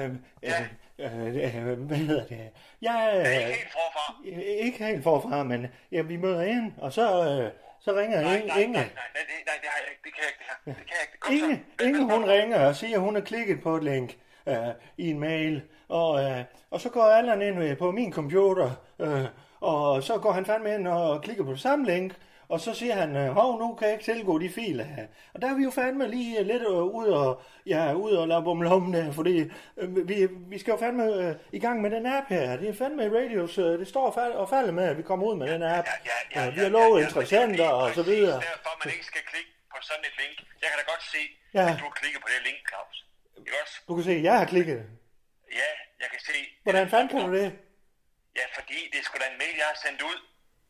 Hvad hedder det? Ikke helt forfra. Ikke helt forfra, men vi møder ind, og så ringer Inge. Nej, det har jeg ikke. Det kan jeg ikke, det her. Det kan jeg ikke. Inge, hun ringer og siger, at hun har klikket på et link i en mail, og så går Allan ind på min computer, og så går han fandme ind og klikker på det samme link, og så siger han, nu kan jeg ikke tilgå de filer her. Og der er vi jo fandme lige lidt ud og lade bummelum der, fordi vi skal jo fandme i gang med den app her. Det er fandme radios, det står og falder med, at vi kommer ud med den app. Vi har lovet interessenter og så videre. Derfor man ikke skal klikke på sådan et link. Jeg kan da godt se, at du har klikket på det link, Claus. Du kan se, at jeg har klikket. Ja, jeg kan se. Hvordan fanden kan du det? Ja, fordi det er sgu da en mail, jeg har sendt ud.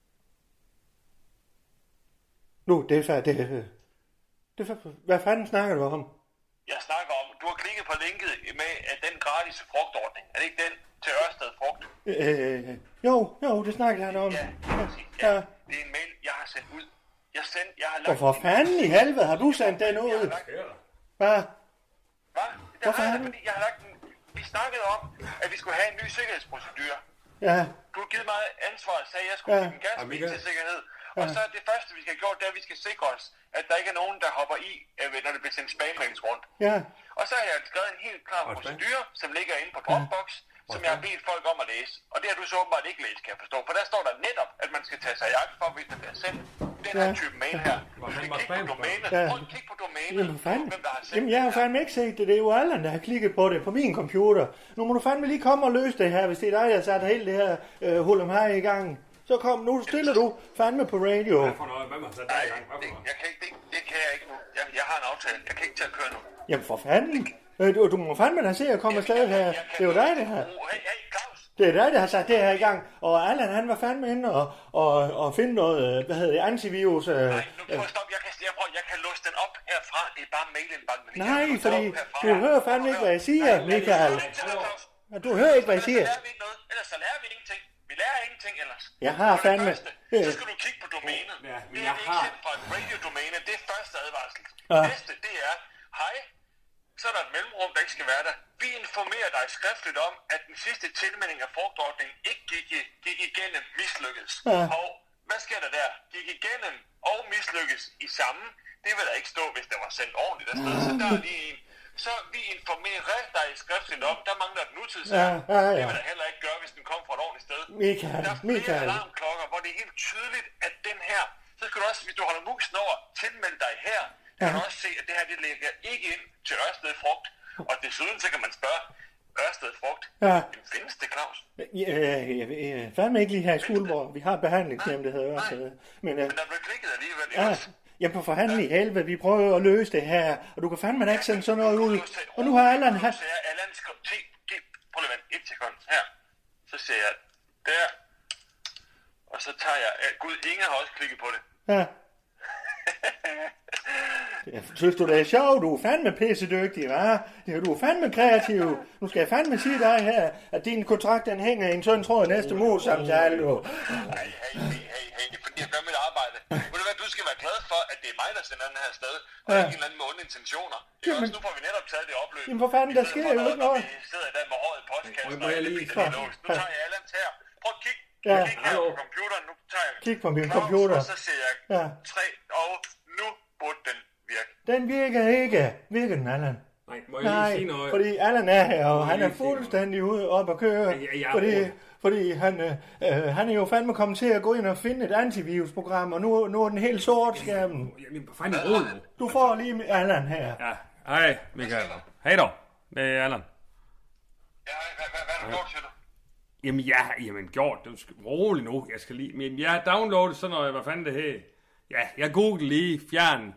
Nu, det er færdigt. Hvad fanden snakker du om? Jeg snakker om, du har klikket på linket med den gratis frugtordning. Er det ikke den til Ørsted Frugt? Jo, det snakker han om. Ja. Det er en mail, jeg har sendt ud. Jeg har lagt... Hvorfor fanden i helvede har du sendt den ud? Hvad? Det har jeg, fordi jeg har lagt den... Vi snakkede om, at vi skulle have en ny sikkerhedsprocedure. Ja. Du har givet mig ansvar og sagde, at jeg skulle give en gasbil til sikkerhed. Og så det første, vi skal have gjort, det er, at vi skal sikre os, at der ikke er nogen, der hopper i, når det bliver sendt spam-mails rundt. Ja. Og så har jeg skrevet en helt klar procedure, som ligger inde på Dropbox, som jeg har bedt folk om at læse. Og det har du så åbenbart ikke læst, kan jeg forstå. For der står der netop, at man skal tage sig i agt for, hvis der bliver sendt den her type mail her. Du skal kigge på domænet. Prøv at kigge på domænet. Hvem der har sendt. Jamen, jeg har fandme ikke set det. Det er jo Allan, der har klikket på det på min computer. Nu må du fandme lige komme og løse det her, hvis det er dig, der har sat hele det her hul om her i gang. Så kom, nu stiller du fandme på radio. Nej, det kan jeg ikke nu. Jeg har en aftale. Jeg kan ikke tage at køre nu. Jamen for fanden. Du må fandme da se at komme afsted her. Det er jo dig, det her. Hey, Claus. Det er dig, der har sat det her i gang. Og Allan, han var fandme inde og finde noget, antivirus. Nej, nu prøv at stoppe. Jeg kan låse den op herfra. Det er bare mailindbakken. Nej, fordi du hører fandme ikke, hvad jeg siger, Michael. Du hører ikke, hvad jeg siger. Ellers så lærer vi ingenting. Vi lærer ingenting ellers. Jeg har fandme... Så skal du kigge på domænet. Det er ikke sendt fra et radiodomæne. Det er første advarsel. Næste, det er, hej, så er der et mellemrum, der ikke skal være der. Vi informerer dig skriftligt om, at den sidste tilmelding af frugtordningen ikke gik igennem mislykkedes. Og hvad sker der der? Gik igennem og mislykkes i samme. Det vil der ikke stå, hvis det var sendt ordentligt afsted. Så der er lige en. Så vi informerer dig skriftligt om, der mangler et nutidsværk. Det vil der heller ikke gøre, hvis den kommer fra et ordentligt sted. Der er flere alarmklokker, hvor det er helt tydeligt, at den her, så skal du også, hvis du holder musen over, tilmelde dig her, kan du også se, at det her, det ligger ikke ind til Ørsted Frugt. Og desuden, så kan man spørge, Ørsted Frugt, findes det, Claus? Jeg fandme ikke lige her i Skuldborg. Vi har et behandlingshjem, det hedder Ørsted. Men der blev klikket alligevel. Jamen for fanden i helvede, vi prøver at løse det her, og du kan fandme ikke sende sådan noget ud. Og nu har Allan... Prøv lige vent, 1 sekund her. Så ser jeg der, og så tager jeg... Gud, Inge har også klikket på det. Ja. Synes du, det er sjovt? Du er fandme pissedygtig, hva'? Du er fandme kreativ. Nu skal jeg fandme sige dig her, at din kontrakt, den hænger i en tynd tråd næste mus-samtale. Hey, fordi jeg gør mit arbejde. Ved du hvad, du skal være glad for, at det er mig, der sender den her sted, og ikke en eller anden med onde intentioner. Det er også, nu får vi netop taget det opløb. Jamen for fanden, der sker jo ikke noget. Vi sidder der med håret i postkassen, og alle biler er låst. Nu tager jeg Allans her. Prøv at kigge. Kig her på computeren. Nu tager jeg... Kig på min computer. Og så ser jeg 3, og nu burde den virke. Den virker ikke. Virker den, Allan? Nej, må må jeg lige sige noget? Fordi Allan er her, og han er fuldstændig ude op at køre. Fordi han er jo fandme kommet til at gå ind og finde et antivirusprogram, og nu er den helt sort skærmen. Jamen, fandme ro nu. Du får lige Allan her. Ja, hej Michael. Hej dog, det er Allan. Ja, hvad er du gjort til dig? Jamen gjort, du skal rolig nu, jeg skal lige, men jeg har downloadet sådan noget, hvad fanden det her. Ja, jeg googlede lige fjern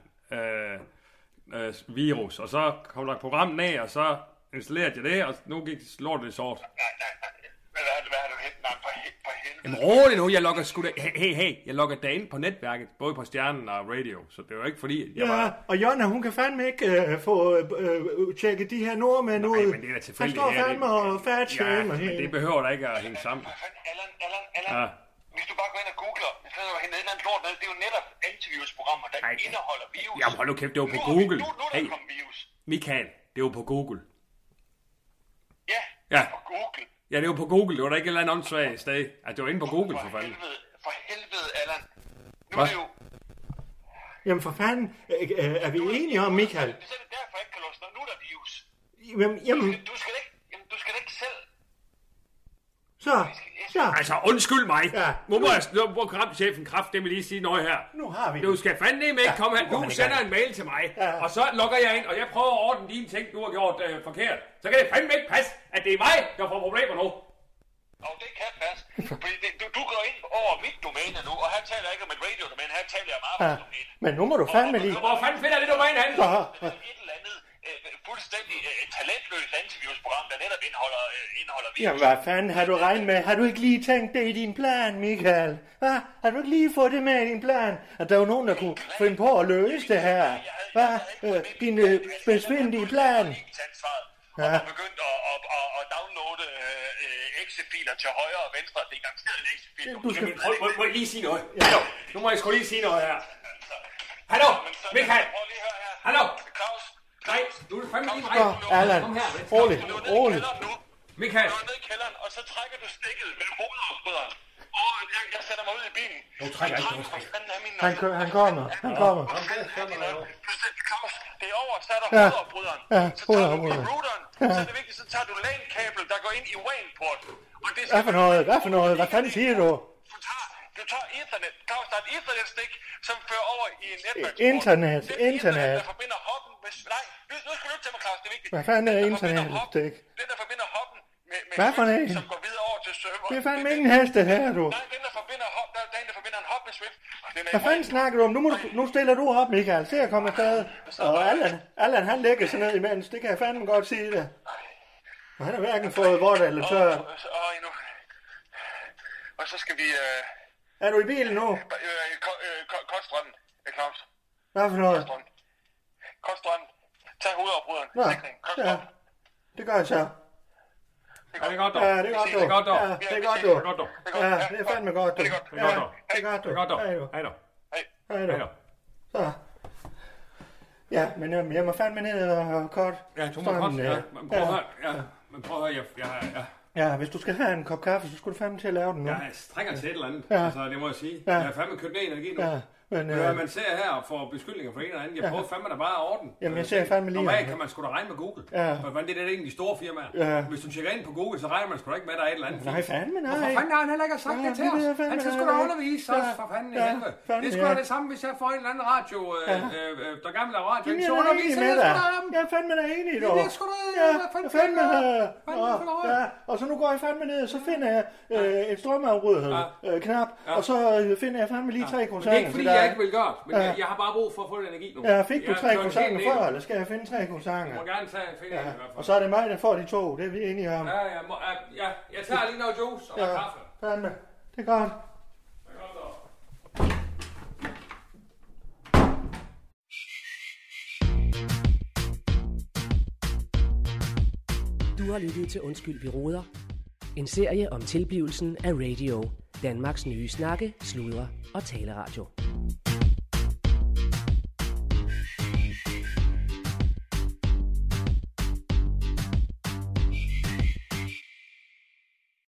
virus, og så kom der et program ned, og så installerede jeg det, og nu gik lortet det sort. Nej. Hvad har du hentet? Nej, for helvede. Jamen rolig nu, jeg logger sgu da, jeg logger da ind på netværket, både på Stjernen og Radio, så det er jo ikke fordi, jeg bare... og Jonna, hun kan fandme ikke få tjekket de her nordmænd ud. Nej, men det er da tilfældigt. Han står fandme og fat-shamer men det behøver da ikke at hænge sammen. Allan, hvis du bare går ind og googler, så er der jo hentet et eller andet lort ned, det er jo netop antivirusprogrammer, der indeholder virus. Jamen hold nu kæft, det var på Google. Nu er der kommet virus. Michael, det var på Google. Ja, på Google. Ja, det var på Google. Det var da ikke et eller andet åndssvagt sted. Altså, det var inde på Google, for fanden. For helvede, Allan. Nu er det jo... Jamen, for fanden. Er vi enige om, Michael? Det er derfor, jeg ikke kan låse noget. Nu er der virus. Jamen... Du skal ikke selv... Så. Altså, undskyld mig. Ja. Nu må programchefen kraft, det vil lige sige noget her. Nu har vi Du skal fandme ikke komme her. Du sender en mail til mig, og så logger jeg ind, og jeg prøver at ordne dine ting, du har gjort forkert. Så kan det fandme ikke passe, at det er mig, der får problemer nu. Og det kan passe. Du går ind over mit domæne nu, og her taler jeg ikke om et radiodomæne, her taler jeg om arbejdsdomæne. Men nu må du fandme lige... Hvor fanden finder det domæne hen? Et eller andet fuldstændig talentløst antivirusprogram, der netop indeholder virus. Jamen, hvad fanden har du regnet med? Har du ikke lige tænkt det i din plan, Michael? Hvad? Har du ikke lige fået det med i din plan? At der var nogen, der kunne finde på at løse det her? Hvad? Din besvindelige plan? Og har begyndt at downloade exe-filer til højre og venstre. Det er garanteret en exe-fil. Må jeg lige sige noget? Ja. Nu må jeg sgu lige sige noget her. Hallo, Michael! Hallo! Nej, du er fandme lige mig. Allan, roligt. Michael! Du er nede i kælderen, og så trækker du stikket med hovedafbryderen. Og jeg sætter mig ud i bilen. Du trækker ikke noget stik. Han kommer. Claus, det er over, så er der hovedafbryderen. Ja, så tager du på routeren, så er det vigtigt, så tager du LAN-kabel, der går ind i WAN-port. Hvad for noget? Hvad fanden siger du? Du tager Ethernet. Claus, der er et Ethernet-stik, som fører over i en netværksport. Internet. Der forbinder hoppen med... Nej, nu skal du lytte til mig, Claus, det er vigtigt. Hvad fanden er internet-stik? Den, der forbinder hoppen med hvad for en? Som går videre over til server. Det er fandme ingen heste her, du. Nej, den, der forbinder en hop med Swift. Hvad fanden snakker du om? Nu stiller du op, Michael. Se at komme afsted. Og Allan, han lægger sig ned imens. Det kan jeg fandme godt sige det. Og han har hverken fået vort eller tørt. Og så skal vi... Er du i bilen nu? Koldstrømmen, Claus. Hvad for noget? Koldstrømmen. Tag hovedafbryderen. Ja, det gør jeg så. Ja, det er godt dog. Ja, det er godt dog. Det er godt dog. Ja, det er godt dog. Ja, det er fandme godt dog. Det er godt dog. Det er godt dog. Hej dog. Hej dog. Så. Ja, men jeg må fandme ned og kort. Ja, du må kort. Ja, men prøv at høre. Ja, hvis du skal have en kop kaffe, så skulle du fandme til at lave den nu. Jeg trænger til et eller andet. Altså, det må jeg sige. Jeg har fandme købt ned energi nu. Men man ser her og får beskyldninger for en eller anden. Jeg prøver fandme da bare at ordne. Jamen, jeg ser fandme lige. Normalt kan man sgu da regne med Google. Hvordan det er en af de store firmaer. Hvis du tjekker ind på Google, så regner man sgu da ikke med, at der er et eller andet. Nej, fandme nej. Hvorfor fanden har han heller ikke sagt det til os? Han skal sgu da undervise os, for fanden i helvede. Det er sgu da det samme, hvis jeg får en eller anden radio, der gamle radio. Så underviser jeg sgu da ham. Jeg er fandme da enig, dog. Det er sgu da fandme. Og så nu går jeg fandme ned, og så finder jeg et strømafbryder-knap, og så finder jeg fandme lige 3 croissanter. Det er ikke fordi, jeg ikke vil gøre det, men jeg har bare brug for at få lidt energi nu. Ja, fik du 3 croissanter før, eller skal jeg finde 3 croissanter? Du må gerne finde en i hvert fald. Og så er det mig, der får de 2, det er vi enige om. Jeg tager lige noget juice og noget kaffe. Fandme, det er godt. Du har lyttet til Undskyld, vi roder. En serie om tilblivelsen af radio. Danmarks nye snakke, sludre og taleradio.